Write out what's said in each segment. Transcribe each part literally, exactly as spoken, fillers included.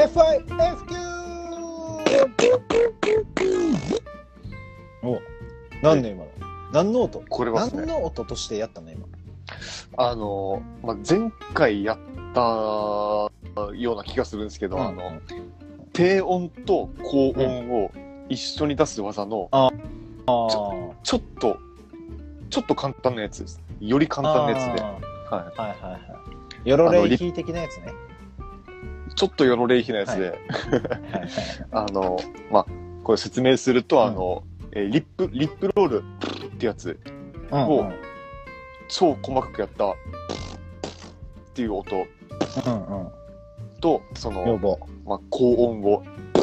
エフアイエフキュー。お、なんで今の何の音？ これはですね、 何の音としてやったの今？ あの、まあ、前回やったような気がするんですけど、うん、あの、低音と高音を一緒に出す技の、うん、ちょ、ちょっと、ちょっと簡単なやつです。より簡単なやつで。はいはいはいはい。よろれいひ的なやつね。 ちょっとよろれいひなやつで。あの、まあ、これ説明すると、うん、あの、えー、リップ、リップロールってやつを、うんうん、超細かくやったっていう音、うんうん、と、その、まあ、高音を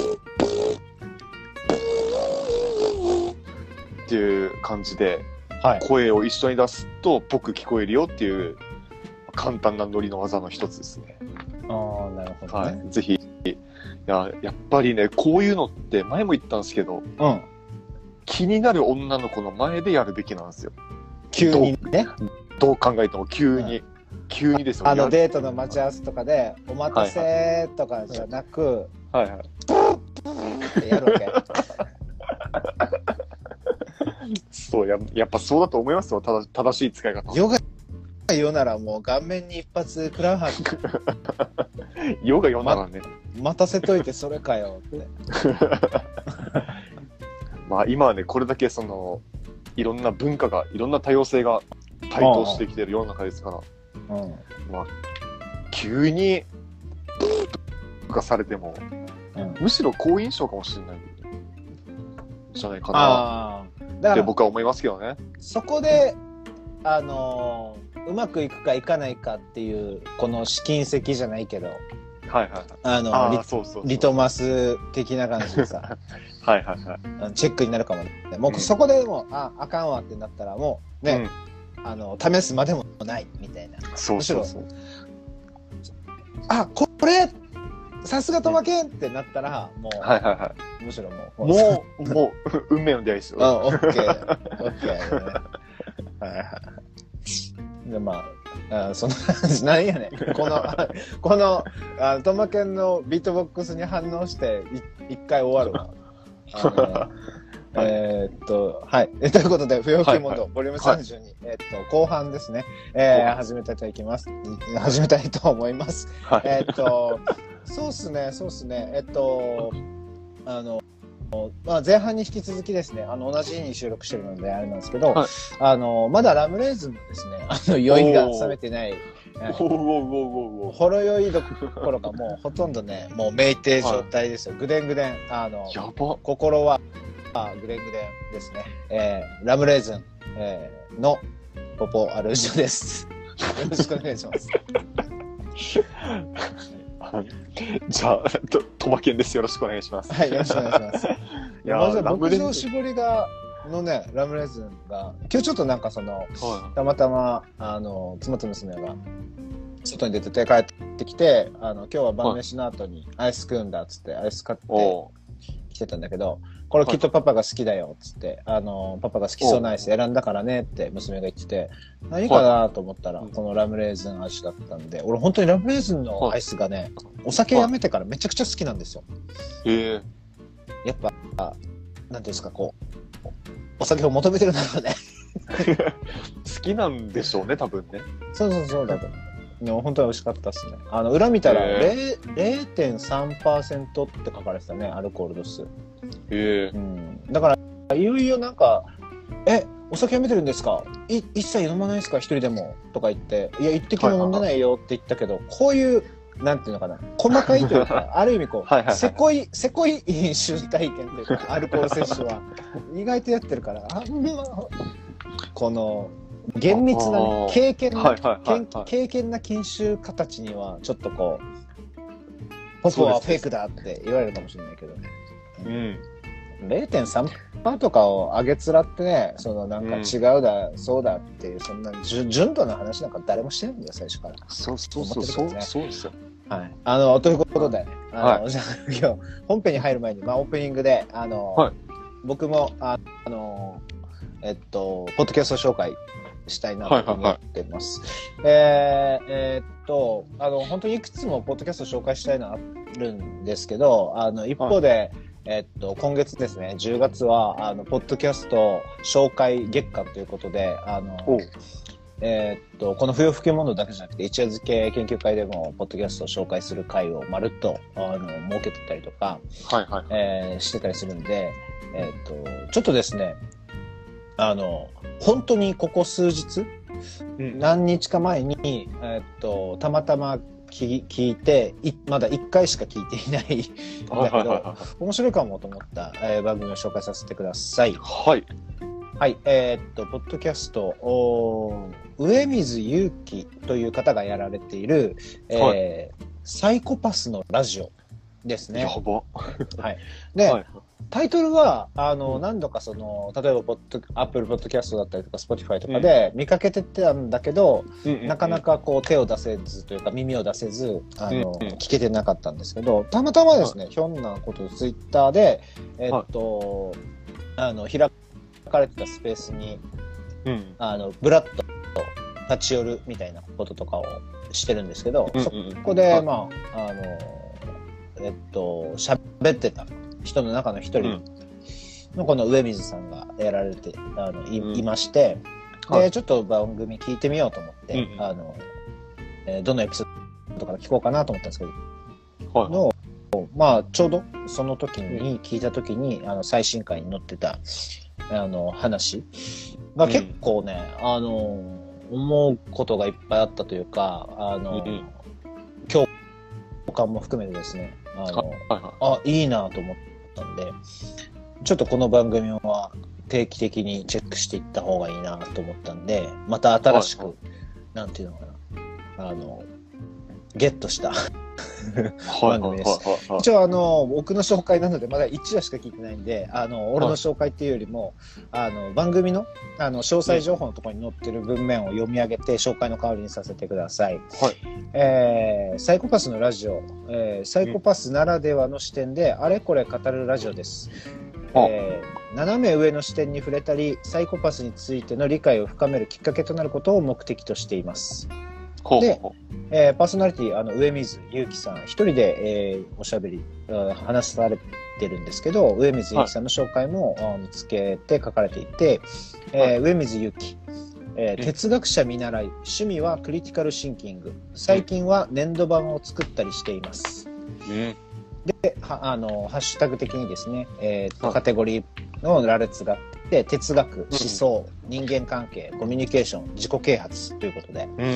っていう感じで、はい、声を一緒に出すとぽく聞こえるよっていう簡単なノリの技の一つですね。 ああ、なるほどね。はい、 ぜひ、いや、やっぱりね、こういうのって前も言ったんですけど、うん、気になる女の子の前でやるべきなんですよ。 急にね。 どう考えても急に、うん、急にですよ。 あのデートの待ち合わせとかでお待たせとかじゃなく、はいはい、ってやるわけ。 そう や, やっぱそうだと思いますよ。ただ正しい使い方。 ヨガ言うならもう顔面に一発食らうはず。 ヨガ言うならね、 ま、待たせといてそれかよって。 まあ今はね、これだけそのいろんな文化が、いろんな多様性が台頭してきてる世の中ですから、うん、まあ急にとかされても、うん、むしろ好印象かもしれないじゃないかなって僕は思いますけどね。 そこであのー、うまくいくかいかないかっていうこの試金石じゃないけど、はいはいはい、 あのー、リ, そうそうそうリトマス的な感じでさはいはいはい、 チェックになるかもね。もうそこでもう、うん、ああかんわってなったらもうね、うん、あの試すまでもないみたいな。 そうそうそう。 あ、これさすがトマケンってなったらもう、 はいはいはい、 むしろもうもうもう運命の出会いですよ。 あ、オッケーオッケー、ね、はいはい。でまあ、あその話なんやねん。このこのあトマケンのビートボックスに反応して一回終わるわ。あのえー、っとはいということで不要機モードボリュームさんじゅうに、はい、えー、っと後半ですね、えー、始めたいといきます始めたいと思います。はい、えー、っとそうっすねそうっすねえっとあのまあ、前半に引き続きですね、あの同じ日に収録してるのであれなんですけど、はい、あのまだラムレーズンのですね、あの酔いが冷めてない、ほろ酔いどころかもうほとんどね、もう酩酊状態ですよ。はい、ぐでんぐでん、あのやば心はあぐでんぐでんですね。えー、ラムレーズン、えー、のポポアルージュです。よろしくお願いします。 じゃあとトマケンです。よろしくお願いします。 はい、よろしくお願いします。いやまずは牧場絞りがのねラムレーズンが今日ちょっとなんかその、はい、たまたまあの妻と娘が外に出てて帰ってきて、あの今日は晩飯の後にアイス食うんだっつってアイス買って来てたんだけど、これきっとパパが好きだよっつって、あのパパが好きそうなアイス選んだからねって娘が言ってて、何かなと思ったら、はい、このラムレーズン味だったんで、俺本当にラムレーズンのアイスがね、お酒やめてからめちゃくちゃ好きなんですよ。 へえ。 やっぱなんていうんですか、こうお酒を求めてるんだろうね。 好きなんでしょうね、多分ね。 そうそうそうだと。でも本当に美味しかったですね。あの裏見たら ゼロてんさんパーセント って書かれてたね、アルコール度数。 へえ、 うん。だからいよいよなんかえお酒やめてるんですか？い一切飲まないですか？一人でもとか言って、いや一滴も飲んでないよって言ったけど、はいはいはい、こういうなんていうのかな、細かいというかある意味こうはいはい、はい、せこいせこい飲酒体験というかアルコール摂取は意外とやってるから、あんまこの厳密な、ね、経験な、はいはいはいはい、経験な禁酒家たちにはちょっとこうポポはフェイクだって言われるかもしれないけどね。うん、ゼロてんさんパーセント とかを上げつらってね、そのなんか違うだ、うん、そうだっていうそんな純度の話なんか誰もしてないんだよ最初から。 そうそうそうそう、ね、そうですよ。 はい、あのということで、あの、はい、じゃあ今日本編に入る前に、まあ、オープニングであの、はい、僕もああのえっとポッドキャスト紹介したいなと思ってます。えー、えーっと、あの、本当にいくつもポッドキャスト紹介したいのあるんですけど、あの、一方で、はい、えーっと、今月ですね、じゅうがつは、あの、ポッドキャスト紹介月間ということで、あの、えーっと、この不要不急問答だけじゃなくて、一夜漬け研究会でも、ポッドキャストを紹介する会をまるっと、あの、設けてたりとか、 はいはい、 えー、してたりするんで、えーっと、ちょっとですね、あの、本当にここ数日、うん、何日か前に、えーっと、たまたま聞いて、いまだいっかいしか聞いていないんだけど、面白いかもと思った、えー、番組を紹介させてください。 はい。 はい、えー、っと、ポッドキャスト、上水祐樹という方がやられている、えーはい、サイコパスのラジオですね。 やば。 はい。で、はい、タイトルは、あの、何度かその、例えばポッド、アップルポッドキャストだったりとか、スポティファイとかで見かけてたんだけど、うん、なかなかこう手を出せずというか耳を出せず、あの、うん、聞けてなかったんですけど、たまたまですね、はい、ひょんなことツイッターで、えー、っと、はい、あの、開かれてたスペースに、うん、あの、ブラッと立ち寄るみたいなこととかをしてるんですけど、うんうん、そこで、はい、まあ、あの、えっと、喋ってた人の中の一人のこの上水さんがやられて、あの、い、うん、いまして、で、はい、ちょっと番組聞いてみようと思って、うん、あの、えー、どのエピソードから聞こうかなと思ったんですけど、はい、のまあ、ちょうどその時に、聞いた時に、あの、最新回に載ってた、あの、話が結構ね、うん、あの、思うことがいっぱいあったというか、あの、うん、共感も含めてですね、あの、はいはい、あ、いいなと思ったんで、ちょっとこの番組は定期的にチェックしていった方がいいなと思ったんで、また新しく、はいはい、なんていうのかな、あの、ゲットした番組です。一応あの、僕の紹介なのでまだいちわしか聞いてないんで、あの、俺の紹介っていうよりも、あの、番組の、あの、詳細情報のところに載ってる文面を読み上げて紹介の代わりにさせてください。はい。えー、サイコパスのラジオ、えー、サイコパスならではの視点であれこれ語るラジオです。えー、斜め上の視点に触れたり、サイコパスについての理解を深めるきっかけとなることを目的としています。で、えー、パーソナリティ、あの、上水祐樹さん、一人で、えー、おしゃべり、話されてるんですけど、上水祐樹さんの紹介も、はい、見つけて書かれていて、えーはい、上水祐樹、えー、哲学者見習い、趣味はクリティカルシンキング、最近は粘土板を作ったりしています。うん、で、は、あの、ハッシュタグ的にですね、えーはい、カテゴリーの羅列があって、哲学、思想、うん、人間関係、コミュニケーション、自己啓発ということで、うんうんうん、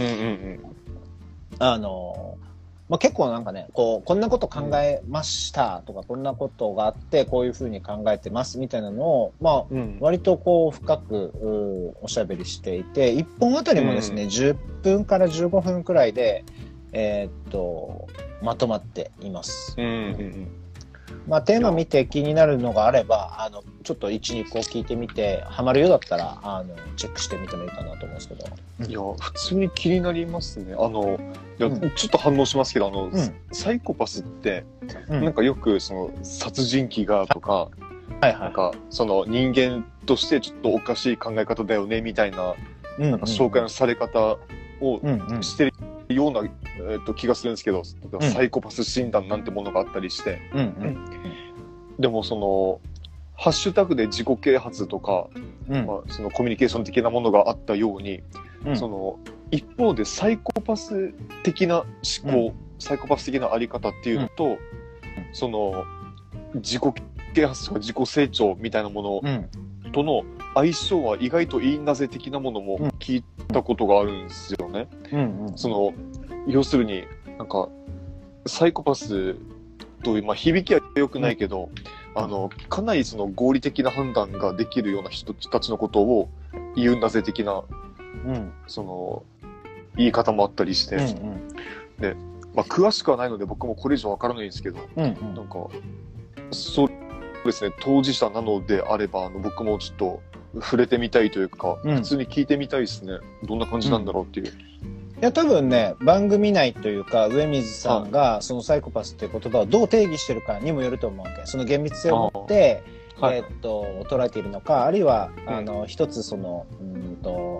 あの、まあ、結構なんかね、こう、こんなこと考えましたとか、こんなことがあって、こういうふうに考えてますみたいなのを、まあ、うん、割とこう、深く、おしゃべりしていて、いっぽんあたりもですね、うん、じゅっぷんからじゅうごふんくらいで、えー、っと、まとまっています。うんうんうん、まあ、テーマ見て気になるのがあれば、あの、ちょっといち、にこ聞いてみて、ハマるようだったら、あの、チェックしてみてもいいかなと思うんですけど。 いや、普通に気になりますね。あの、いや、うん、ちょっと反応しますけど、あの、うん、サイコパスって、うん、なんかよく、その、殺人鬼がとか、はいはい、なんか、その、人間としてちょっとおかしい考え方だよね、みたいな、うんうん、なんか紹介のされ方をしてるような、えー、と気がするんですけど、うん、サイコパス診断なんてものがあったりして、うんうん、でもそのハッシュタグで自己啓発とか、うんまあ、そのコミュニケーション的なものがあったように、うん、その一方でサイコパス的な思考、うん、サイコパス的なあり方っていうのと、うん、その自己啓発とか自己成長みたいなものとの相性は意外といいなぜ的なものも聞いたことがあるんですよね。うんうん、その要するになんかサイコパスという、まあ、響きは良くないけど、うん、あのかなりその合理的な判断ができるような人たちのことを言うんだぜ的な、うん、その言い方もあったりして、うんうん、で、まあ、詳しくはないので僕もこれ以上わからないんですけど、うんうん、なんかそうですね、当事者なのであればあの僕もちょっと触れてみたいというか、うん、普通に聞いてみたいですね。どんな感じなんだろうっていう。うん、いや多分ね、番組内というか上水さんがそのサイコパスっていう言葉をどう定義してるかにもよると思うわけ。その厳密性を持って、はい、えー、っと捉えているのか、あるいはあの、うん、一つそのうんと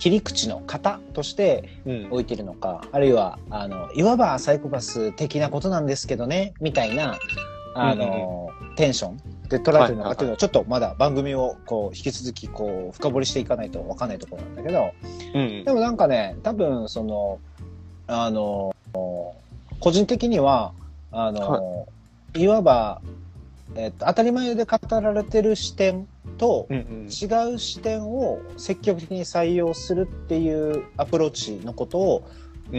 切り口の型として置いてるのか、うん、あるいはあのいわばサイコパス的なことなんですけどねみたいなあの、うんうん、テンションで捉えてるのかっていうのはちょっとまだ番組をこう引き続きこう深掘りしていかないと分かんないところなんだけど、うんうん、でもなんかね多分そのあの個人的にはあの、はい、いわば、えっと、当たり前で語られてる視点と違う視点を積極的に採用するっていうアプローチのことを、うん、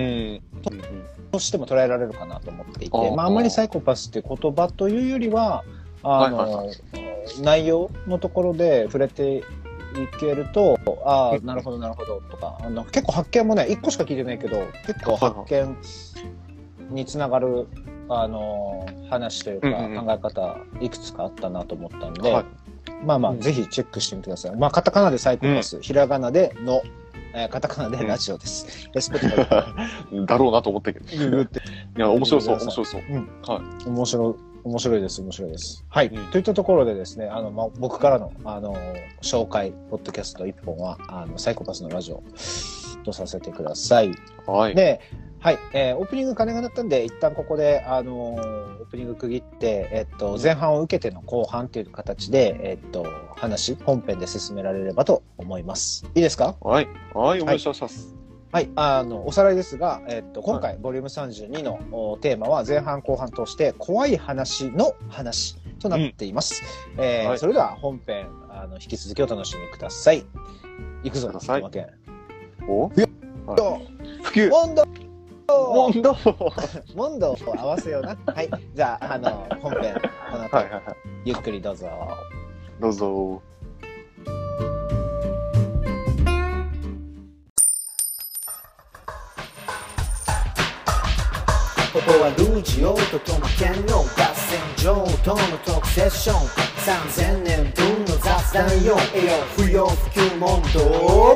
と, としても捉えられるかなと思っていて、あ、まあ、あんまりサイコパスっていう言葉というよりはあの、はいはいはい、内容のところで触れていけると、ああなるほどなるほどとか、あの結構発見もねいっこしか聞いてないけど結構発見につながるあの話というか考え方いくつかあったなと思ったんで、うんうん、まあまあ、うん、ぜひチェックしてみてください。まあカタカナでサイコパス、うん、ひらがなでの、えー、カタカナでラジオです。 うん、だろうなと思ったけど。いや面白そう面白そう。うん、 はい。面白面白いです面白いです。はい。うん、といったところでですね、あのまあ僕からのあの紹介ポッドキャストいっぽんはあのサイコパスのラジオとさせてください。はい。で。はい、えー、オープニング鐘が鳴ったんで一旦ここで、あのー、オープニング区切って、えっと、前半を受けての後半という形で、えっと、話本編で進められればと思います。いいですか？ はい、はい、お願いします。 はい、あのおさらいですが、えっと、今回、はい、ボリュームさんじゅうにのテーマは前半後半として怖い話の話となっています。うんえーはい、それでは本編あの引き続きお楽しみください。いくぞ、 ください。 おふよっと、 普及温度モンドモンドを合わせような。はい。じゃあ、あの、本編、この後、はいはいはい、ゆっくりどうぞ。 どうぞ。 ここはルージオとトマケンの合戦場とのトークセッションさんぜんねんぶんの雑談よえよ不要不急モンド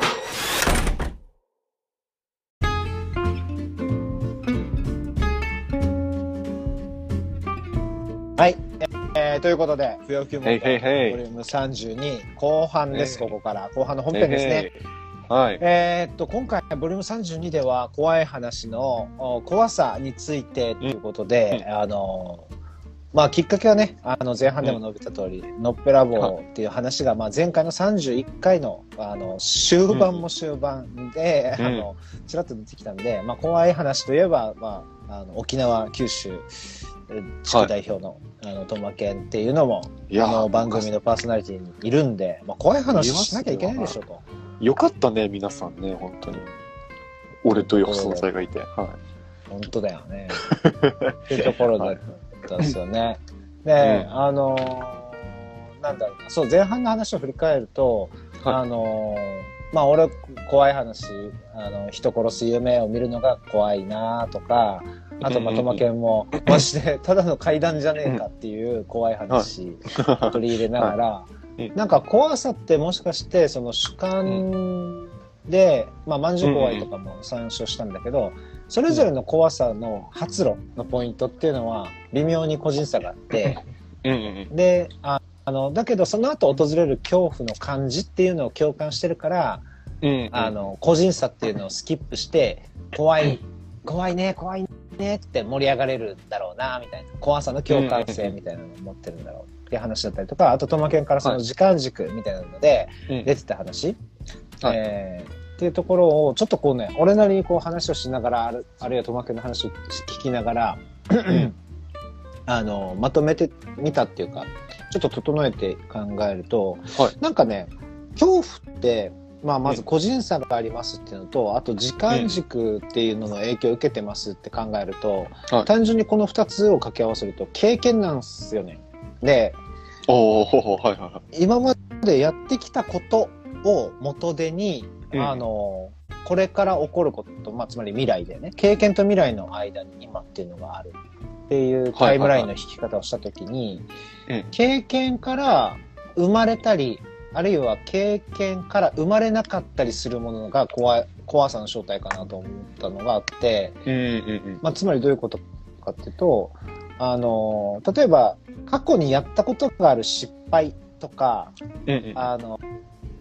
はい、えー、ということで不要不急問題ボリュームさんじゅうに後半です。ここから後半の本編ですね。はい、えー、っと今回ボリュームさんじゅうにでは怖い話の怖さについてということで、うん、あのまあきっかけはねあの前半でも述べた通り、うん、のっぺらぼうっていう話が、まあ、前回のさんじゅういっかいのあの終盤も終盤で、うん、あのちらっと出てきたんで、まあ、怖い話といえば、まあ、あの沖縄九州地区代表の、はい、あのトマケンっていうのもあの番組のパーソナリティにいるんで、まあ、怖い話しなきゃいけないでしょと。 よかったね皆さんね本当に俺という存在がいて、はい、 本当だよねっていうところだったんですよね。で、うん、あのー、なんだろうなそう前半の話を振り返ると、はい、あのー、まあ俺怖い話あの人殺す夢を見るのが怖いなとかあとまとまけんもましてただの怪談じゃねえかっていう怖い話を取り入れながら、はい、なんか怖さってもしかしてその主観で、まあまんじゅう怖いとかも参照したんだけど、それぞれの怖さの発露のポイントっていうのは微妙に個人差があって、で、ああのだけどその後訪れる恐怖の感じっていうのを共感してるから、あの個人差っていうのをスキップして怖い怖いね怖いねって盛り上がれるんだろうなみたいな怖さの共感性みたいなのを持ってるんだろうっていう話だったりとか、あとトマケンからその時間軸みたいなので出てた話、はい、えー、っていうところをちょっとこうね俺なりにこう話をしながらあるあるいはトマケンの話を聞きながらあのまとめてみたっていうかちょっと整えて考えると、はい、なんかね恐怖ってまあ、まず個人差がありますっていうのと、うん、あと時間軸っていうのの影響を受けてますって考えると、うん、単純にこのふたつを掛け合わせると経験なんですよね。で、 おー、はいはいはい、 今までやってきたことを元手に、うん、あのこれから起こること、まあ、つまり未来でね経験と未来の間に今っていうのがあるっていうタイムラインの引き方をしたときに、はいはいはい、経験から生まれたりあるいは経験から生まれなかったりするものが 怖, い怖さの正体かなと思ったのがあって、うんうんうんまあ、つまりどういうことかっていうとあの例えば過去にやったことがある失敗とか、うんうん、あの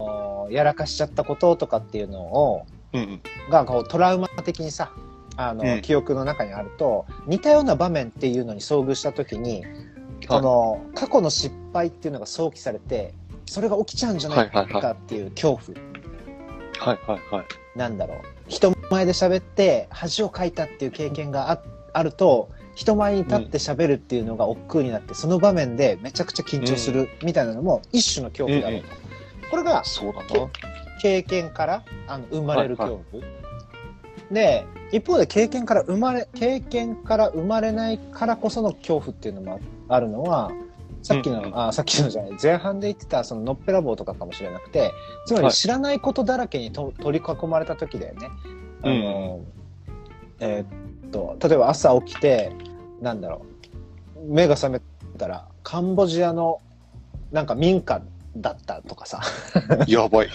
のやらかしちゃったこととかっていうのを、 うんうんがこうトラウマ的にさあの、うん、記憶の中にあると似たような場面っていうのに遭遇した時に、はい、この過去の失敗っていうのが想起されてそれが起きちゃうんじゃないかっていう恐怖、 はいはいはい、 なんだろう人前で喋って恥をかいたっていう経験が あ, あると人前に立って喋るっていうのが億劫になって、うん、その場面でめちゃくちゃ緊張するみたいなのも一種の恐怖だろうと、うん、これがそうだな経験からあの生まれる恐怖、はいはい、で一方で経験から生まれ経験から生まれないからこその恐怖っていうのもあるのはさっきの、うんうん、あさっきのじゃない前半で言ってたそののっぺらぼうとかかもしれなくてつまり知らないことだらけにと取り囲まれた時だよね、はい、あの、うん、えー、っと例えば朝起きてなんだろう目が覚めたらカンボジアのなんか民家だったとかさやばい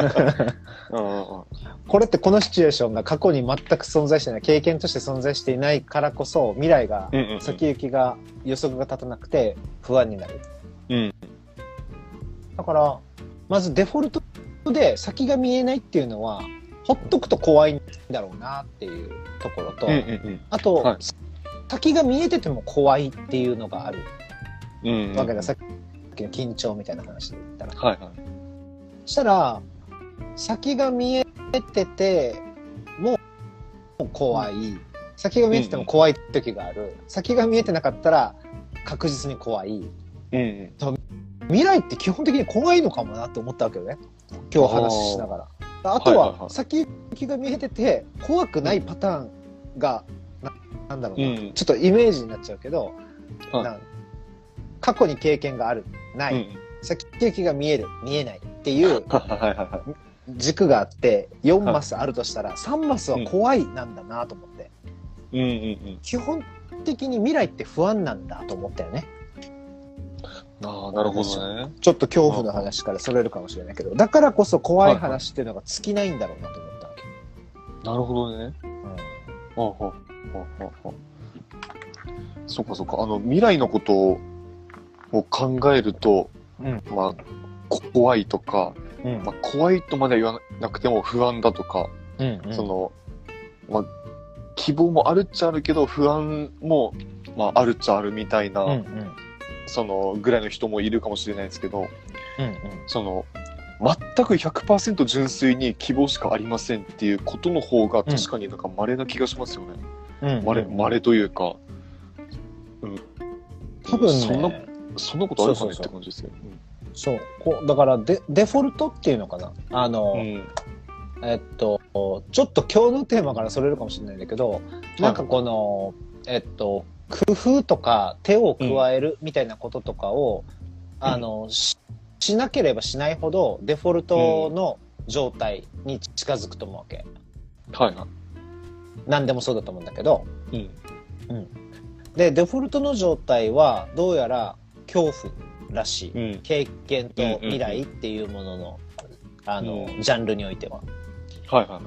これってこのシチュエーションが過去に全く存在してない経験として存在していないからこそ未来が、うんうんうん、先行きが予測が立たなくて不安になる、うん、だからまずデフォルトで先が見えないっていうのはほっとくと怖いんだろうなっていうところと、うんうんうん、あと、はい、先が見えてても怖いっていうのがある、うんうんうん、わけださっきの緊張みたいな話で言ったら、はいはい、そしたら先が見えてても怖い、うん、先が見えてても怖い時がある、うんうん、先が見えてなかったら確実に怖い、うんうん、未来って基本的に怖いのかもなって思ったわけよね今日話しながら。あとは先が見えてて怖くないパターンが な, なんだろうな、うん、ちょっとイメージになっちゃうけど、はい、な過去に経験があるない、うん、先行きが見える見えないっていう軸があってよんマスあるとしたらさんマスは怖いなんだなと思って、うんうんうん、基本的に未来って不安なんだと思ったよね。 ああ、なるほどね。 ちょっと恐怖の話からそれるかもしれないけど、だからこそ怖い話っていうのが尽きないんだろうなと思ったわけ。 なるほどね。うん。はあはあはあはあ。そっかそっか。あの未来のことを考えると、うん、まあ怖いとか、うん、まあ怖いとまでは言わなくても不安だとか、うんうん、そのまあ希望もあるっちゃあるけど不安もまああるっちゃあるみたいな。うんうん、そのぐらいの人もいるかもしれないですけど、うんうん、その全く ひゃくパーセント 純粋に希望しかありませんっていうことの方が確かになんか稀な気がしますよね。うん、稀、稀というか、うん、 多分ね、 そんなそんなことあるかねって感じですよ。 そう、こうだからデデフォルトっていうのかな、あの、うん、えっとちょっと今日のテーマからそれるかもしれないんだけど、なんかこの、はい、えっと工夫とか手を加えるみたいなこととかを、うん、あの し, しなければしないほどデフォルトの状態に近づくと思うわけ、うん、はいはい。何でもそうだと思うんだけど、うんうん、でデフォルトの状態はどうやら恐怖らしい、うん、経験と未来っていうものの、あの、うん、ジャンルにおいては、はいはい、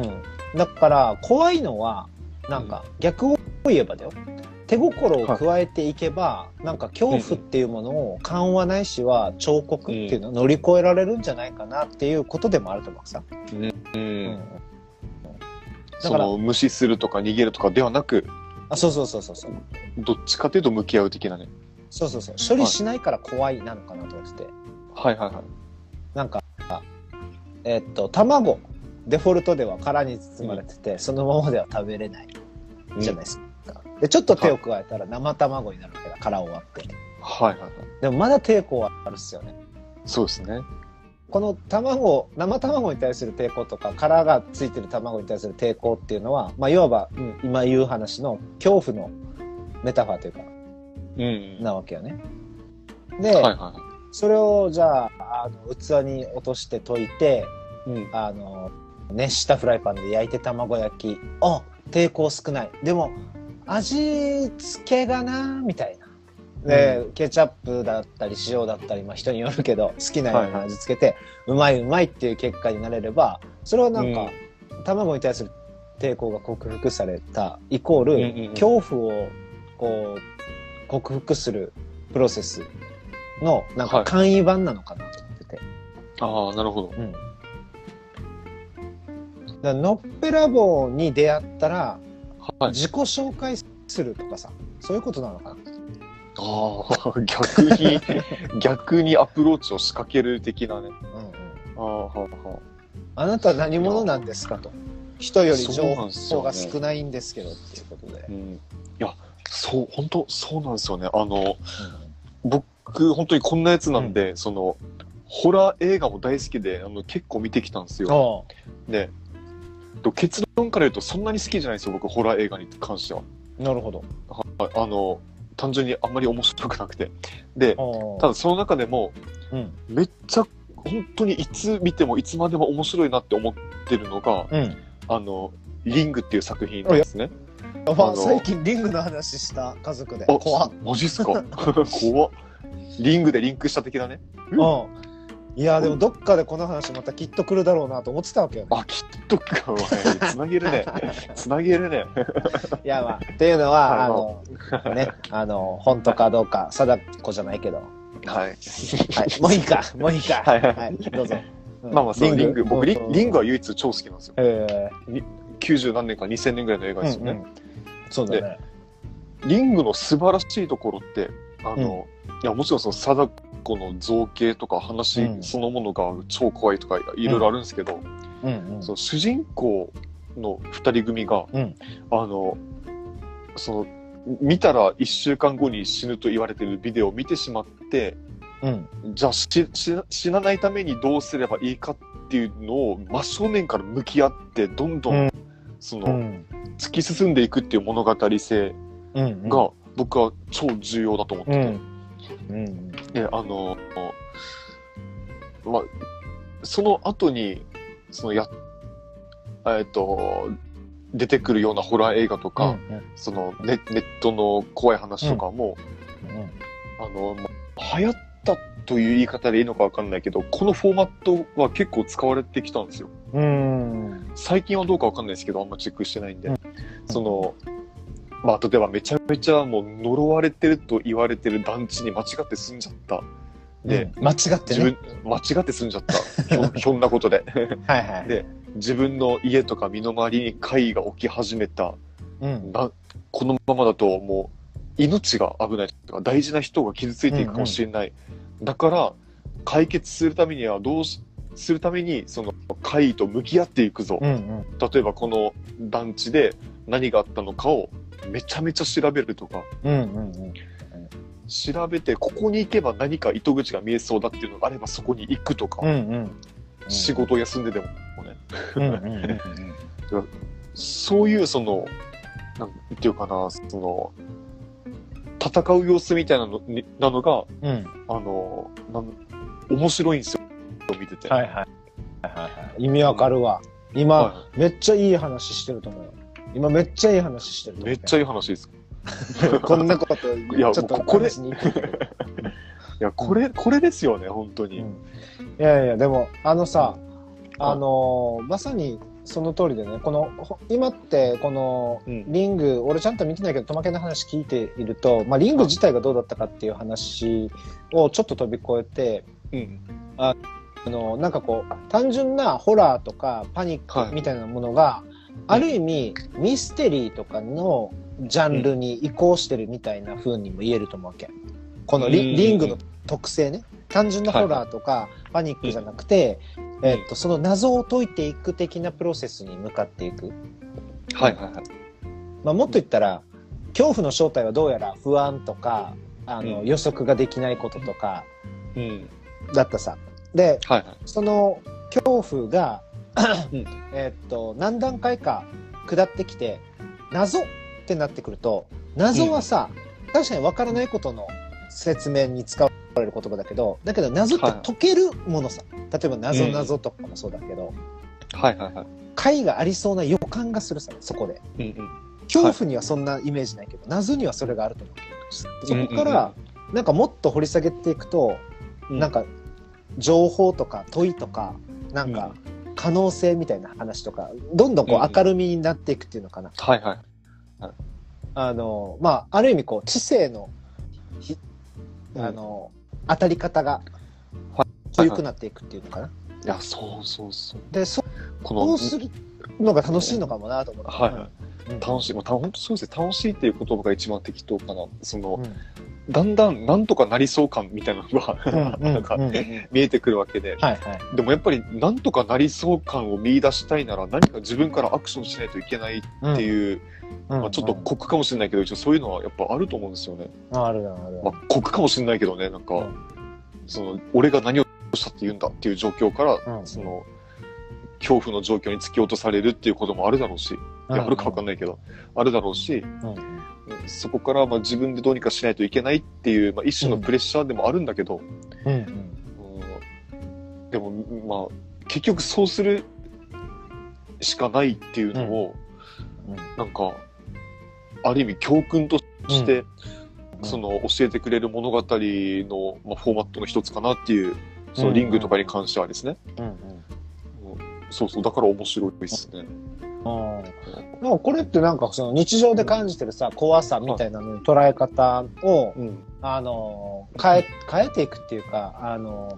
うん、だから怖いのはなんか逆を言えばだよ、手心を加えていけば、はい、なんか恐怖っていうものを緩和ないしは彫刻っていうのを乗り越えられるんじゃないかなっていうことでもあると思うさ、うんうんうん、 だからその無視するとか逃げるとかではなく、 あ、そうそうそうそうそう、 どっちかというと向き合う的なね、 そうそうそう、処理しないから怖いなのかなと思ってて、 はいはいはい、 なんかえー、っと卵デフォルトでは殻に包まれてて、うん、そのままでは食べれないじゃないですか、うん、でちょっと手を加えたら生卵になるわけだ、殻を割って、はいはいはい、でもまだ抵抗はあるっすよね。 そうですね。 この卵、生卵に対する抵抗とか殻がついてる卵に対する抵抗っていうのは、まあいわば、うん、今言う話の恐怖のメタファーというか、うん、なわけよね。で、はいはい、それをじゃあ、あの器に落として溶いて、うん、あの熱したフライパンで焼いて卵焼き、あ、抵抗少ない、でも味付けがなみたいな、で、うん、ケチャップだったり塩だったり、まあ人によるけど好きなような味付けて、はい、うまいうまいっていう結果になれれば、それはなんか、うん、卵に対する抵抗が克服されたイコール、うんうんうん、恐怖をこう克服するプロセスのなんか簡易版なのかなと思ってて、 ああ、なるほど。 うん。だからのっぺらぼうに出会ったら、 はい。 自己紹介するとかさ、そういうことなのかな。 ああ、逆に、逆にアプローチを仕掛ける的なね。 うんうん。 ああ、はあ、はあなた何者なんですかと。人より情そうなんですよね報が少ないんですけどっていうことで。 あ。うん。いや、そう、本当そうなんですよね。あの、 うん僕、本当にこんなやつなんで、その、ホラー映画も大好きで、あの、結構見てきたんですよ。 おうで、と結論から言うとそんなに好きじゃないんですよ、僕、ホラー映画に関しては。 なるほど。 はい、あの、単純にあんまり面白くなくて。で、 おうただその中でも、 うん。 めっちゃ、本当にいつ見てもいつまでも面白いなって思ってるのが、 うん。 あの、リングっていう作品なんですね。 あの最近リングの話した家族で。 あ、 怖っ。 マジっすか怖っ。リングでリンクした的なね。 うん。いや、でもどっかでこの話またきっと来るだろうなと思ってたわけよね。 あ、きっとか、お前、つなげるね。つなげるね。 いや、まあ、っていうのは、 はいあの、ね、あの、本当かどうか、貞子じゃないけど。 はい。 はい。もういいか、もういいか。 はいはいはい、どうぞ。うんまあまあ、そのリング、僕、リうんリングは唯一超好きなんですよ。 えきゅうじゅう何年かにせんねんぐらいの映画ーですよね。 うんうんそうだね。 リングの素晴らしいところって、あの、いや、もちろんその貞子の造形とか話うんそのものが超怖いとかいろいろあるんですけど、 うんうんその主人公の二人組が、 うんあの、その、見たら一週間後に死ぬと言われてるビデオを見てしまって、 うんじゃあ死死死なないためにどうすればいいかっていうのを真正面から向き合ってどんどん、 うんその、 うん突き進んでいくっていう物語性うんが僕は超重要だと思ってて、 うんうんであのまあその後にそのやえっと出てくるようなホラー映画とか、そのネネットの怖い話とかも、あのまあ流行ったという言い方でいいのかわかんないけど、このフォーマットは結構使われてきたんですよ。 うん最近はどうかわかんないですけど、あんまチェックしてないんで、うん、そのまあ例えばめちゃめちゃもう呪われてると言われてる団地に間違って住んじゃった。で、 うん、間違ってね。 自分間違って住んじゃった。ひょひょんなことで。 はいはい。 で、自分の家とか身の回りに怪異が起き始めた。 うん、 なこのままだともう命が危ないとか大事な人が傷ついていくかもしれない。うんうん、だから解決するためにはどうしするためにその怪異と向き合っていくぞ。 うんうん、 例えばこの団地で何があったのかをめちゃめちゃ調べるとか。 うんうんうん調べてここに行けば何か糸口が見えそうだっていうのがあればそこに行くとか、 うんうんうん、 仕事を休んででもね、 うんうんうんうん、 そういうそのなんていうかな、その戦う様子みたいなのになのが、 うん、 あのなん面白いんですよ、見てて。 はいはいはいはい、意味わかるわ。今、はい、めっちゃいい話してると思う。今めっちゃいい話してると思う。 めっちゃいい話です。 こんなこといやちょっとこれいやこれ、 うん、 これですよね本当に、うん、 いやいやでもあのさ、うん、あのまさにその通りでね、この今ってこのリング、うん、俺ちゃんと見てないけどトマケンの話聞いていると、まあ、リング自体がどうだったかっていう話をちょっと飛び越えて、うん、あのなんかこう単純なホラーとかパニックみたいなものが、はい、ある意味ミステリーとかのジャンルに移行してるみたいな風にも言えると思うわけ。この リ, リングの特性ね、単純なホラーとかパニックじゃなくて、はい、えー、っとその謎を解いていく的なプロセスに向かっていく。 はいはいはい。 まあ、もっと言ったら恐怖の正体はどうやら不安とかあの、うん、予測ができないこととか、うん、だったさ。で、はいはい、その恐怖が、うん、えー、っと何段階か下ってきて謎ってなってくると、謎はさ、うん、確かに分からないことの説明に使われる言葉だけど、だけど謎って解けるものさ、はい、例えば謎謎とかもそうだけど、 うん、はいはいはい、 解がありそうな予感がするさ、そこで、うんうん、恐怖にはそんなイメージないけど、はい、謎にはそれがあると思うけど、そこからなんかもっと掘り下げていくと、うん、なんか情報とか問いとかなんか可能性みたいな話とかどんどんこう明るみになっていくっていうのかな、 うんうん、はいはい、 あのまあある意味こう知性のあの、うん、当たり方が濃ゆくなっていくっていうのかな。 いや、そうそうそう。 で、そこのうするのが楽しいのかもなと思って。 はいはい。うん、楽しい。まあ、本当そうですね。楽しいっていう言葉が一番適当かな。その、うん、だんだんなんとかなりそう感みたいなのが、なんか、見えてくるわけで、はいはい。でもやっぱりなんとかなりそう感を見出したいなら何か自分からアクションしないといけないっていう、うん、まあ、ちょっと酷かもしれないけど、一応そういうのはやっぱあると思うんですよね。 あるある。 まあ、酷かもしれないけどね、なんか、うん、その、俺が何をしたって言うんだっていう状況から、うん、その、恐怖の状況に突き落とされるっていうこともあるだろうし、いや、あるかわかんないけど、あるだろうし、うん、そこからまあ自分でどうにかしないといけないっていう、まあ、一種のプレッシャーでもあるんだけど、うんうんうん、でも、まあ、結局そうするしかないっていうのを、うんうん、なんか、ある意味教訓として、うん、その教えてくれる物語の、まあ、フォーマットの一つかなっていう、そのリングとかに関してはですね。うんうんうん、そうそう、だから面白いですね。 ああ、これってなんかその日常で感じてるさ、うん、怖さみたいなの捉え方を、うん、あの変え変えていくっていうか、あの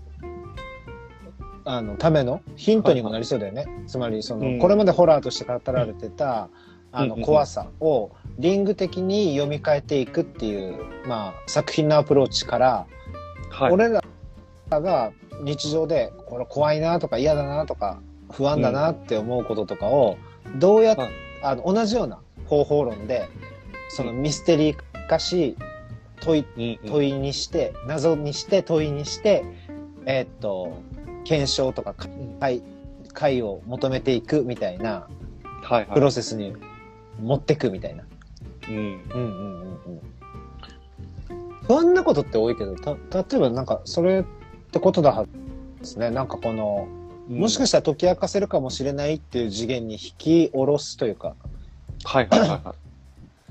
あのためのヒントにもなりそうだよね。はいはい、つまりその、うん、これまでホラーとして語られてた、うん、あの怖さをリング的に読み替えていくっていう、まあ作品のアプローチから、はい、俺らが日常でこれ怖いなとか嫌だなとか不安だなって思うこととかをどうやって、うん、あの同じような方法論でそのミステリー化し問い、問いにして謎にして問いにしてえー、っと検証とか解、解を求めていくみたいなプロセスに持ってくみたいな、うん、うんうんうんうんそんなことって多いけどた例えばなんかそれってことだはずですね。なんかこのもしかしたら解き明かせるかもしれないっていう次元に引き下ろすというか。 はいはいはいはい。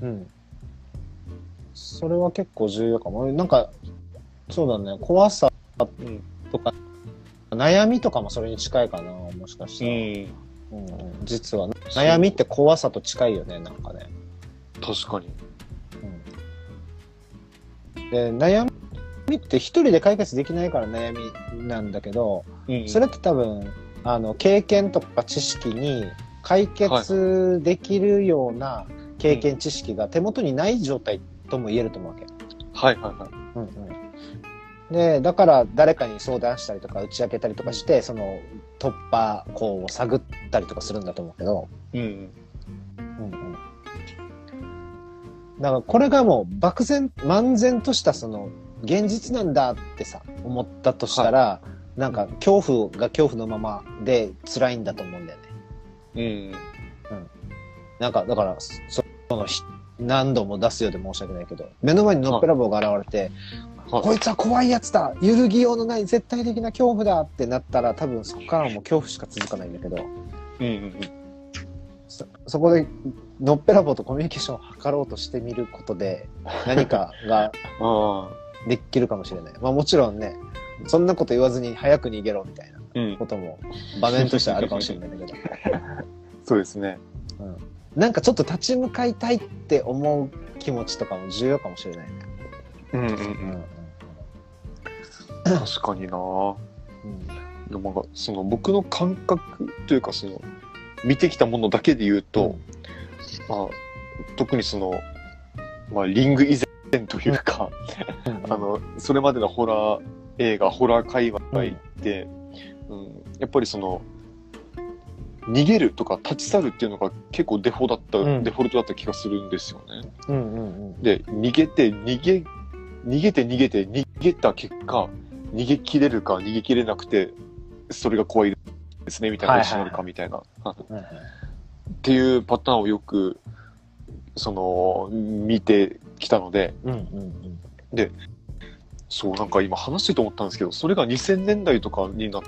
うん。それは結構重要かも。なんか、そうだね、怖さとか、うん、悩みとかもそれに近いかな、もしかしたら。うんうん、実は、悩みって怖さと近いよね、なんかね。 確かに。 うん、で、悩み悩みって一人で解決できないから悩みなんだけど、うんうん、それって多分あの経験とか知識に解決できるような経験知識が手元にない状態とも言えると思うわけ。 はいはいはい。うんうん、でだから誰かに相談したりとか打ち明けたりとかして、その突破口を探ったりとかするんだと思うけど、うんうんうんうん、だからこれがもう漠然漫然としたその現実なんだってさ思ったとしたら、はい、なんか恐怖が恐怖のままで辛いんだと思うんだよね。うん、うん、なんかだからその何度も出すようで申し訳ないけど、目の前にのっぺらぼうが現れて、はい、こいつは怖いやつだ、揺るぎようのない絶対的な恐怖だってなったら多分そこからはもう恐怖しか続かないんだけど、うんうんうん、そ, そこでのっぺらぼうとコミュニケーションを図ろうとしてみることで何かができるかもしれない。まあもちろんね、そんなこと言わずに早く逃げろみたいなことも場面としてはあるかもしれないんだけど。 そうですね、 うん。なんかちょっと立ち向かいたいって思う気持ちとかも重要かもしれないね。うんうんうん。うん確かにな、うん、でもなんかその僕の感覚というかその見てきたものだけで言うと、うんまあ、特にその、まあ、リング以前というか、うん、あのそれまでのホラー映画ホラー界隈で、うんうん、やっぱりその逃げるとか立ち去るっていうのが結構デフォだった、うん、デフォルトだった気がするんですよね。うんうんうん、で逃げて逃げ逃げて逃げて逃げた結果逃げ切れるか逃げ切れなくてそれが怖いですねみたいな話になるかみたいな、はいはい、っていうパターンをよくその見てきたので、うんうんうん、でそうなんか今話してて思ったんですけど、それがにせんねんだいとかになって、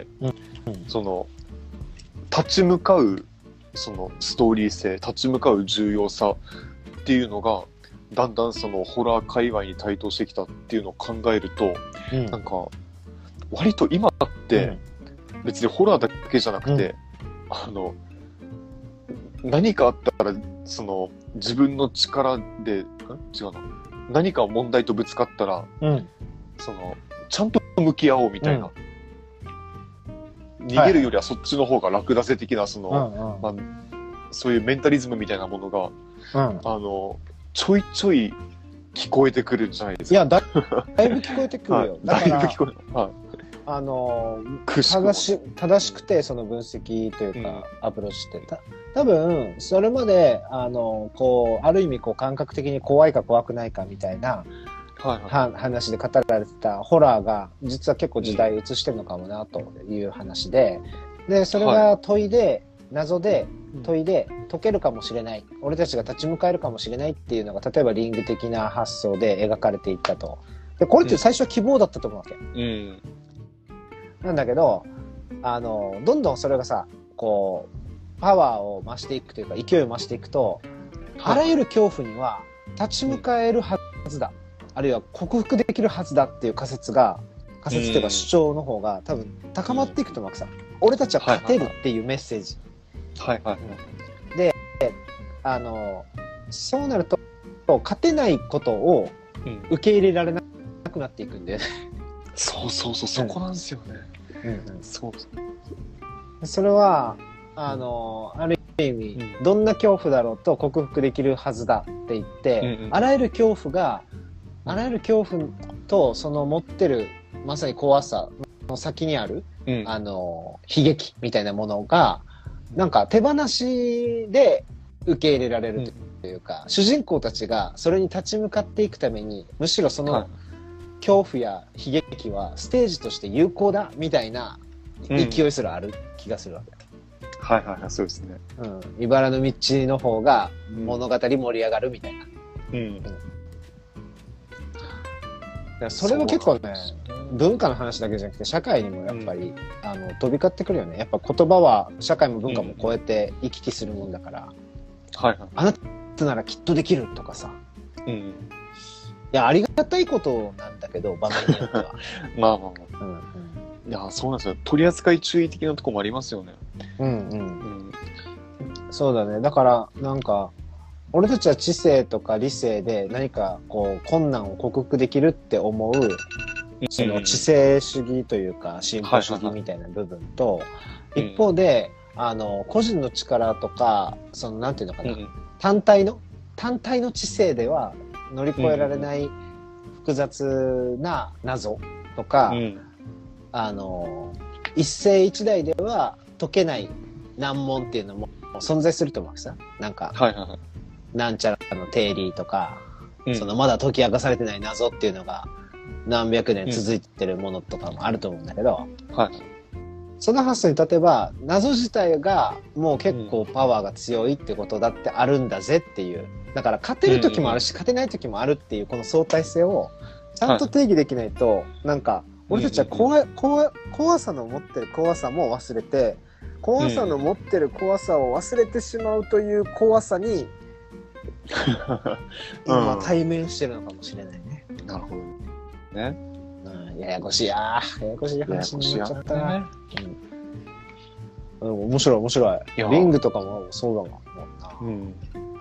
うんうん、その立ち向かうそのストーリー性、立ち向かう重要さっていうのがだんだんそのホラー界隈に台頭してきたっていうのを考えると、うん、なんか割と今って別にホラーだけじゃなくて、うん、あの何かあったらその自分の力で違うな何か問題とぶつかったら、うん、そのちゃんと向き合おうみたいな。うん、逃げるよりはそっちの方が楽だぜ的な、その、うんうん、まあ、そういうメンタリズムみたいなものが、うん、あの、ちょいちょい聞こえてくるんじゃないですか。 いや、だ、だいぶ聞こえてくるよ。 だいぶ聞こえる。はい。 あの、正し、正しくて、その分析というか、うん、アプローチしてた。多分、それまで、あの、こう、ある意味、こう、感覚的に怖いか怖くないかみたいな、はいはい、は話で語られてたホラーが、実は結構時代移してるのかもな、という話で、で、それが問いで、はい、謎で、問いで解けるかもしれない、俺たちが立ち向かえるかもしれないっていうのが、例えばリング的な発想で描かれていったと。で、これって最初は希望だったと思うわけ。うん。なんだけど、あの、どんどんそれがさ、こう、パワーを増していくというか、勢いを増していくと、あらゆる恐怖には立ち向かえるはずだ。あるいは克服できるはずだっていう仮説が、仮説というか主張の方が多分高まっていくと思うわけさ。俺たちは勝てるっていうメッセージ。はいはい。で、あの、そうなると、勝てないことを受け入れられなくなっていくんで、ね。 そうそうそう、そこなんですよね。うんうん、そうそう。 それは、あの、ある意味、うん、どんな恐怖だろうと克服できるはずだって言って、うんうん、あらゆる恐怖が、あらゆる恐怖とその持ってる、まさに怖さの先にある、うん、あの、悲劇みたいなものが、なんか手放しで受け入れられるというか、うん、主人公たちがそれに立ち向かっていくために、むしろその、はい、恐怖や悲劇はステージとして有効だみたいな勢いすらある気がするわけ、 うん、はいはいはい、そうですね。 うん、茨の道の方が物語盛り上がるみたいな。うん。うん、いやそれは結構ね、文化の話だけじゃなくて社会にもやっぱり、うん、あの飛び交ってくるよね。やっぱ言葉は社会も文化も超えて行き来するもんだから、うん、はいはい。あなたならきっとできるとかさ。うん。いや、ありがたいことなんだけど、場面によっては。 まあまあまあ。うんうん、いや、そうなんですよ。取り扱い注意的なとこもありますよね。うんうん。うん、 そうだね。だから、なんか、俺たちは知性とか理性で何かこう、困難を克服できるって思う、その知性主義というか、進歩主義みたいな部分と、はいはいはい、一方で、あの、個人の力とか、その、なんていうのかな、うん、単体の、単体の知性では、乗り越えられない複雑な謎とか、うん、あの一世一代では解けない難問っていうのも存在すると思うわけさ。なんか、はいはいはい、なんちゃらの定理とか、うん、そのまだ解き明かされてない謎っていうのが何百年続いてるものとかもあると思うんだけど、うん、はい、その発想に立てば謎自体がもう結構パワーが強いってことだってあるんだぜっていう。だから勝てる時もあるし、うんうん、勝てない時もあるっていうこの相対性をちゃんと定義できないと、はい、なんか俺たちは怖い、怖、怖さの持ってる怖さも忘れて、怖さの持ってる怖さを忘れてしまうという怖さに、今対面してるのかもしれないね。 なるほどね。 うん、ややこしいやややこしい話になっちゃったな。ね、うん、面白い面白い。いリングとかもそうだもんな。うん。うん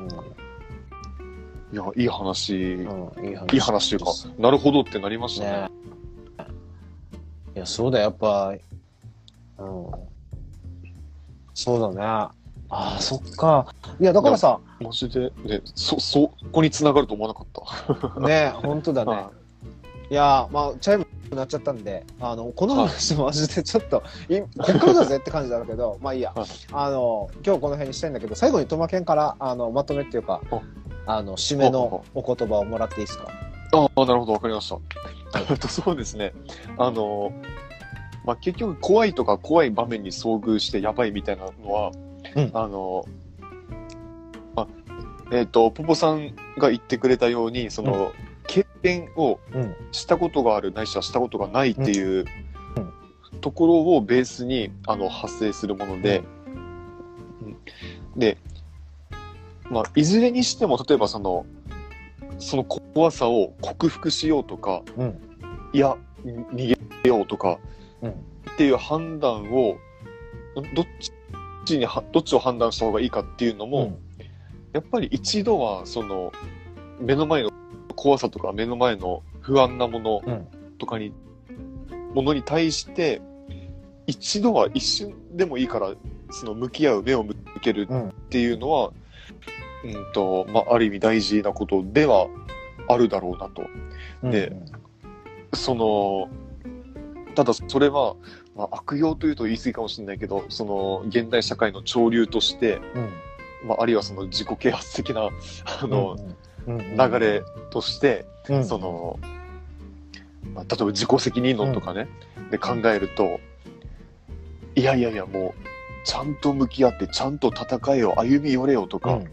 いや、いい話、うん、いい話、いい話というか、なるほどってなりましたね。ねいや、そうだ、やっぱ、うん。そうだね。ああ、そっか。いや、だからさ。 マジで、ね、そ、そこに繋がると思わなかった。 ね、本当だね。はい、いや、まあ、チャイムなっちゃったんで、あの、この話マジでちょっと、いこっからだぜって感じだけど、まあいいや。はい、あの、今日この辺にしたいんだけど、最後にトマケンから、あの、まとめっていうか、あの、締めのお言葉をもらっていいですか？ ああ、なるほど、わかりました。そうですね。あの、まあ、結局怖いとか怖い場面に遭遇してやばいみたいなのは、うん、あの、まあ、えっ、ー、と、ポポさんが言ってくれたように、その、うん、経験をしたことがある、ないしはしたことがないっていうところをベースに、あの、発生するもので、うん、で、まあ、いずれにしても、例えばその、その怖さを克服しようとか、うん、いや、逃げようとか、うん、っていう判断を、どっちに、どっちを判断した方がいいかっていうのも、うん、やっぱり一度は、その、目の前の怖さとか目の前の不安なものとかにものに対して一度は一瞬でもいいからその向き合う目を向けるっていうのは、うんうんとまあ、ある意味大事なことではあるだろうなと。で、うん、そのただそれは、まあ、悪用というと言い過ぎかもしれないけど、その現代社会の潮流として、うんまあ、あるいはその自己啓発的なあの、うんうん、流れとして、うん、そのまあ、例えば自己責任論とかね、うん、で考えると、いやいやいやもうちゃんと向き合ってちゃんと戦えよ歩み寄れよとか、うんうん、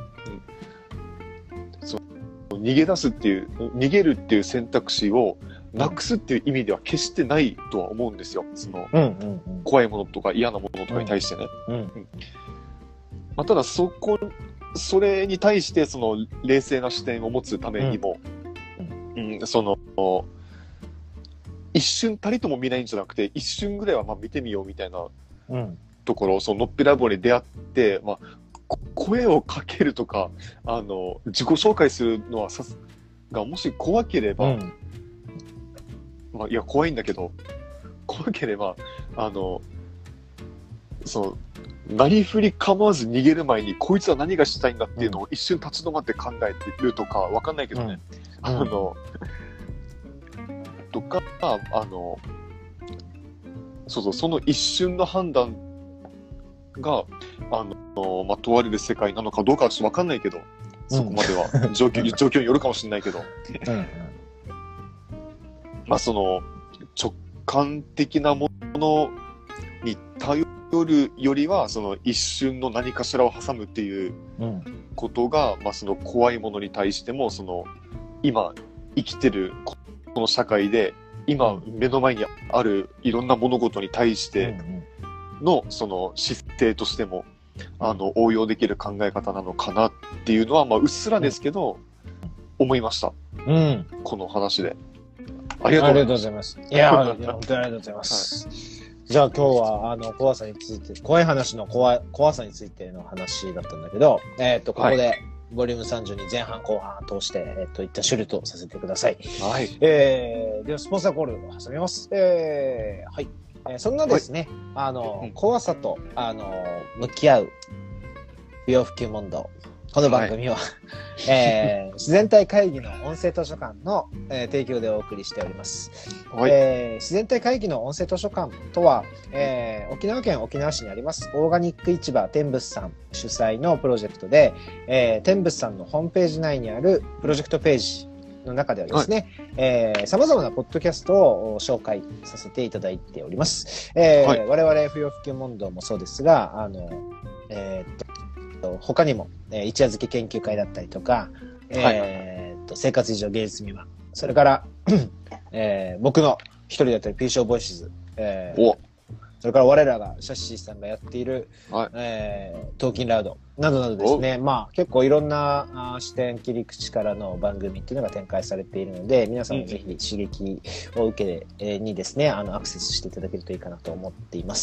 その逃げ出すっていう逃げるっていう選択肢をなくすっていう意味では決してないとは思うんですよ。その、うんうんうん、怖いものとか嫌なものとかに対してね、うんうんまあ、ただそこそれに対してその冷静な視点を持つためにも、うんうん、その一瞬たりとも見ないんじゃなくて一瞬ぐらいはまあ見てみようみたいなところ、うん、そののっぺらぼうに出会って、まあ、声をかけるとかあの自己紹介するのはさすがもし怖ければ、うんまあ、いや怖いんだけど怖ければあのそのなりふり構わず逃げる前にこいつは何がしたいんだっていうのを一瞬立ち止まって考えてるとかわかんないけどね、うん、あのとかあのそうそうその一瞬の判断があの、まあ、問われる世界なのかどうかはちょっとわかんないけど、うん、そこまでは状況状況によるかもしれないけど、うん、まあその直感的なものに頼るよりはその一瞬の何かしらを挟むっていうことが、うんまあ、その怖いものに対してもその今生きてるこの社会で今目の前にあるいろんな物事に対してのその姿勢としてもあの応用できる考え方なのかなっていうのはまあうっすらですけど思いました、うん、この話で。ありがとうございます。 いや、本当にありがとうございます。はい、じゃあ今日はあの怖さについて、怖い話の怖い怖さについての話だったんだけど、えっとここで、はい、ボリュームさんじゅうに前半後半通して、えっといったシュルとさせてください。はい。えー、ではスポンサーコールを挟みます。えー、はい。えー、そんなですね、はい、あの、うん、怖さとあの向き合う不要不急問答。この番組は、はい、えー、自然体会議の音声図書館の、えー、提供でお送りしております、はいえー。自然体会議の音声図書館とは、えー、沖縄県沖縄市にありますオーガニック市場天仏さん主催のプロジェクトで、えー、天仏さんのホームページ内にあるプロジェクトページの中ではですね、はいえー、様々なポッドキャストを紹介させていただいております。えーはい、我々不要不急問答もそうですが、あの、えーっと他にも、えー、一夜漬け研究会だったりとか、えー、っと生活以上芸術未満、それから、えー、僕の一人だったりピーショーボイシズ、えー、それから我らがシャッシーさんがやっている、はいえー、トーキンラウドなどなどですね、まあ結構いろんなあ視点切り口からの番組っていうのが展開されているので、皆さんもぜひ刺激を受けにですね、あのアクセスしていただけるといいかなと思っています。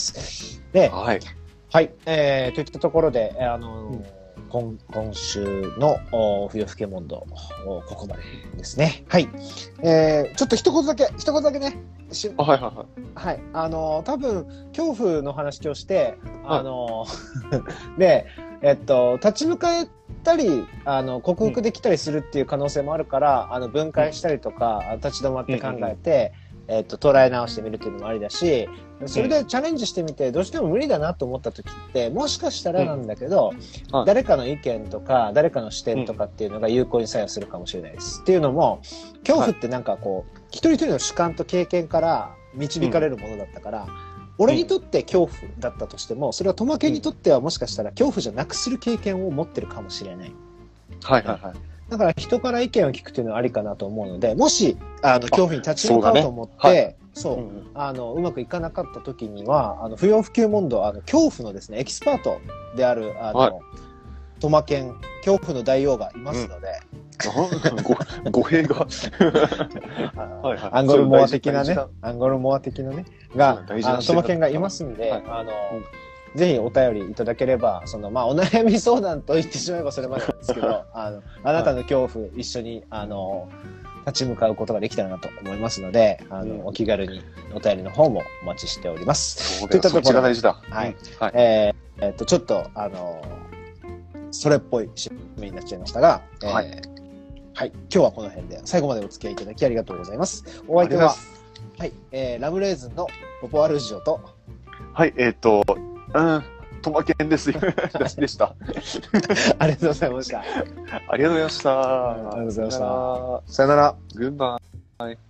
で、はいはい、えー、といったところで、あのーうん、今, 今週の不要不急問答ここまでですね。はい、えー、ちょっと一言だけ一言だけね。 あはいはいはい。 はい、あのー、多分恐怖の話をして、あのー、で、えっと立ち向かえたり、あの克服できたりするっていう可能性もあるから、うん、あの分解したりとか、うん、立ち止まって考えて。うんうんえっと、捉え直してみるっていうのもありだし、それでチャレンジしてみて、どうしても無理だなと思った時って、もしかしたらなんだけど、うん、誰かの意見とか、誰かの視点とかっていうのが有効に作用するかもしれないです。っていうのも、恐怖ってなんかこう、一人一人の主観と経験から導かれるものだったから、うん、俺にとって恐怖だったとしても、それはトマケンにとってはもしかしたら恐怖じゃなくする経験を持ってるかもしれない。はいはいはい。だから人から意見を聞くっていうのはありかなと思うので、もし、あの、恐怖に立ち向かおうと思って、そう、ねはいそううん、あの、うまくいかなかった時には、あの、不要不急問答、あの、恐怖のですね、エキスパートである、あの、はい、トマケン、恐怖の大王がいますので、 うん、ご、語弊がはい、はい。アンゴルモア的なね、アンゴルモア的なね、が、あのトマケンがいますんで、はい、あの、うんぜひお便りいただければ、そのまあお悩み相談と言ってしまえばそれまでなんですけど、あのあなたの恐怖一緒にあの立ち向かうことができたらなと思いますので、あの、うん、お気軽にお便りの方もお待ちしております。 といったところで、はい、 はい、はい、えー、えー、っとちょっとあのそれっぽい締めになっちゃいましたが、はい、えー、はい、今日はこの辺で最後までお付き合いいただきありがとうございます。お相手は、はい、えー、ラムレーズンのポポアルジオと、 はい、えー、っと、うん。トマケンですよ。でした。 ありがとうございました。 ありがとうございました。 ありがとうございました。さよなら。 グッバイ。